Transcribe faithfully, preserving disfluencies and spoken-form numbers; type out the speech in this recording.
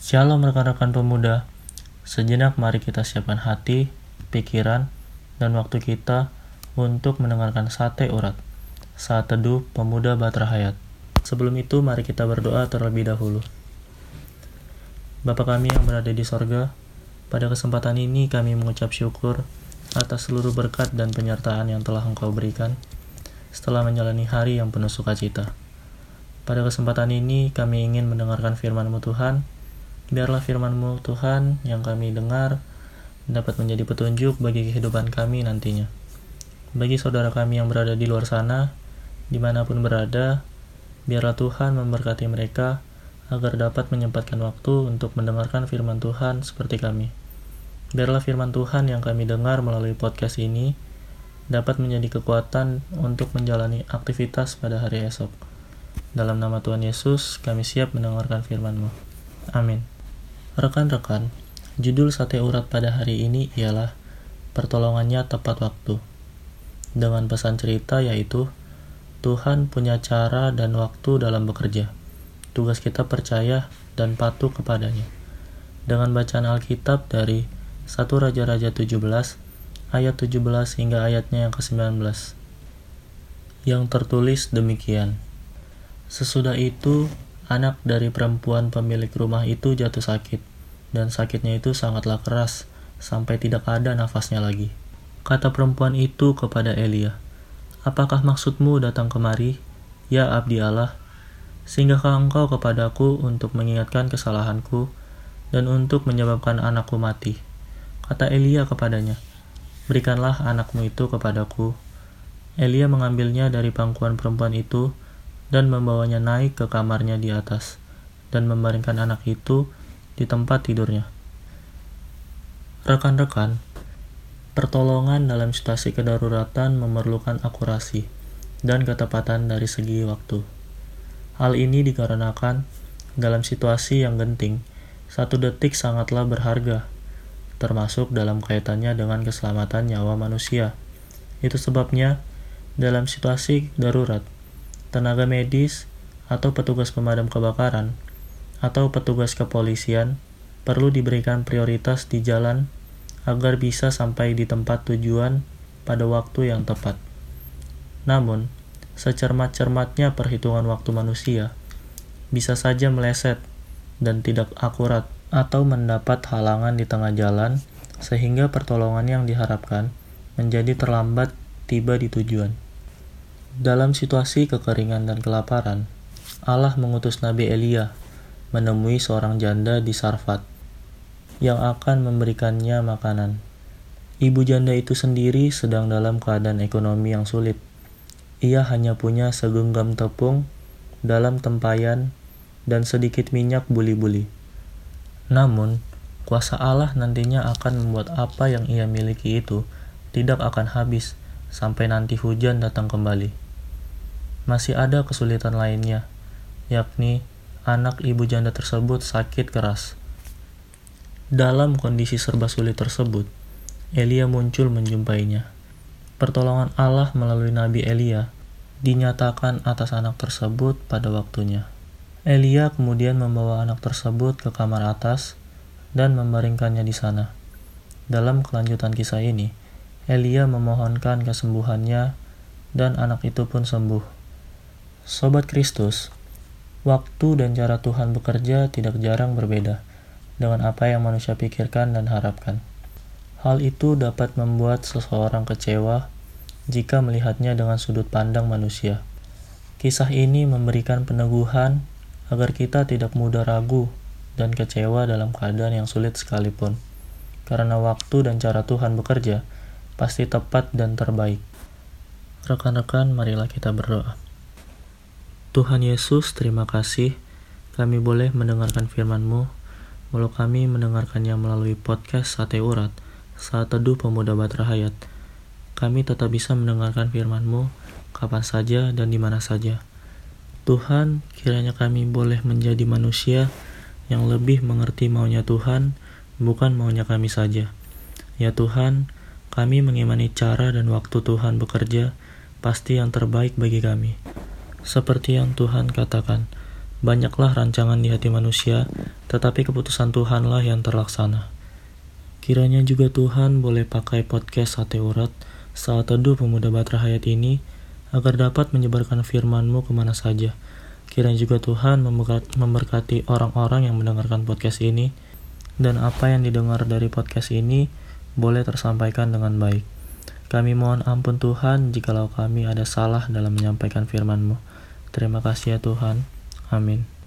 Shalom rekan-rekan pemuda, sejenak mari kita siapkan hati, pikiran, dan waktu kita untuk mendengarkan sate urat, saat teduh pemuda Batra Hayat. Sebelum itu mari kita berdoa terlebih dahulu. Bapa kami yang berada di sorga, pada kesempatan ini kami mengucap syukur atas seluruh berkat dan penyertaan yang telah Engkau berikan setelah menjalani hari yang penuh sukacita. Pada kesempatan ini kami ingin mendengarkan firman-Mu Tuhan. Biarlah firman-Mu Tuhan yang kami dengar dapat menjadi petunjuk bagi kehidupan kami nantinya. Bagi saudara kami yang berada di luar sana, dimanapun berada, biarlah Tuhan memberkati mereka agar dapat menyempatkan waktu untuk mendengarkan firman Tuhan seperti kami. Biarlah firman Tuhan yang kami dengar melalui podcast ini dapat menjadi kekuatan untuk menjalani aktivitas pada hari esok. Dalam nama Tuhan Yesus, kami siap mendengarkan firman-Mu. Amin. Rekan-rekan, judul sate urat pada hari ini ialah Pertolongannya Tepat Waktu. Dengan pesan cerita yaitu, Tuhan punya cara dan waktu dalam bekerja. Tugas kita percaya dan patuh kepadanya. Dengan bacaan Alkitab dari satu Raja-Raja tujuh belas, ayat tujuh belas hingga ayatnya yang kesembilan belas. Yang tertulis demikian. Sesudah itu, anak dari perempuan pemilik rumah itu jatuh sakit, dan sakitnya itu sangatlah keras, sampai tidak ada nafasnya lagi. Kata perempuan itu kepada Elia, "Apakah maksudmu datang kemari, ya abdi Allah? Singgahkah engkau kepadaku untuk mengingatkan kesalahanku, dan untuk menyebabkan anakku mati?" Kata Elia kepadanya, "Berikanlah anakmu itu kepadaku." Elia mengambilnya dari pangkuan perempuan itu, dan membawanya naik ke kamarnya di atas, dan membaringkan anak itu di tempat tidurnya. Rekan-rekan, pertolongan dalam situasi kedaruratan memerlukan akurasi dan ketepatan dari segi waktu. Hal ini dikarenakan dalam situasi yang genting, satu detik sangatlah berharga, termasuk dalam kaitannya dengan keselamatan nyawa manusia. Itu sebabnya, dalam situasi darurat, tenaga medis atau petugas pemadam kebakaran atau petugas kepolisian perlu diberikan prioritas di jalan agar bisa sampai di tempat tujuan pada waktu yang tepat. Namun, secermat-cermatnya perhitungan waktu manusia bisa saja meleset dan tidak akurat atau mendapat halangan di tengah jalan sehingga pertolongan yang diharapkan menjadi terlambat tiba di tujuan. Dalam situasi kekeringan dan kelaparan, Allah mengutus Nabi Elia menemui seorang janda di Sarfat yang akan memberikannya makanan. Ibu janda itu sendiri sedang dalam keadaan ekonomi yang sulit. Ia hanya punya segenggam tepung dalam tempayan dan sedikit minyak buli-buli. Namun, kuasa Allah nantinya akan membuat apa yang ia miliki itu tidak akan habis sampai nanti hujan datang kembali. Masih ada kesulitan lainnya, yakni anak ibu janda tersebut sakit keras. Dalam kondisi serba sulit tersebut, Elia muncul menjumpainya. Pertolongan Allah melalui Nabi Elia dinyatakan atas anak tersebut pada waktunya. Elia kemudian membawa anak tersebut ke kamar atas dan membaringkannya di sana. Dalam kelanjutan kisah ini, Elia memohonkan kesembuhannya dan anak itu pun sembuh. Sobat Kristus, waktu dan cara Tuhan bekerja tidak jarang berbeda dengan apa yang manusia pikirkan dan harapkan. Hal itu dapat membuat seseorang kecewa jika melihatnya dengan sudut pandang manusia. Kisah ini memberikan peneguhan agar kita tidak mudah ragu dan kecewa dalam keadaan yang sulit sekalipun, karena waktu dan cara Tuhan bekerja pasti tepat dan terbaik. Rekan-rekan, marilah kita berdoa. Tuhan Yesus, terima kasih kami boleh mendengarkan firman-Mu, walau kami mendengarkannya melalui podcast Sate Urat saat teduh pemuda Batra Hayat. Kami tetap bisa mendengarkan firman-Mu kapan saja dan di mana saja. Tuhan, kiranya kami boleh menjadi manusia yang lebih mengerti maunya Tuhan, bukan maunya kami saja. Ya Tuhan, kami mengimani cara dan waktu Tuhan bekerja pasti yang terbaik bagi kami. Seperti yang Tuhan katakan, Banyaklah rancangan di hati manusia, tetapi keputusan Tuhanlah yang terlaksana. Kiranya juga Tuhan boleh pakai podcast Sate Urat saat teduh pemuda Batra Hayat ini, agar dapat menyebarkan firman-Mu kemana saja. Kiranya juga Tuhan memberkati orang-orang yang mendengarkan podcast ini, dan apa yang didengar dari podcast ini boleh tersampaikan dengan baik. Kami mohon ampun Tuhan jikalau kami ada salah dalam menyampaikan firman-Mu. Terima kasih ya Tuhan. Amin.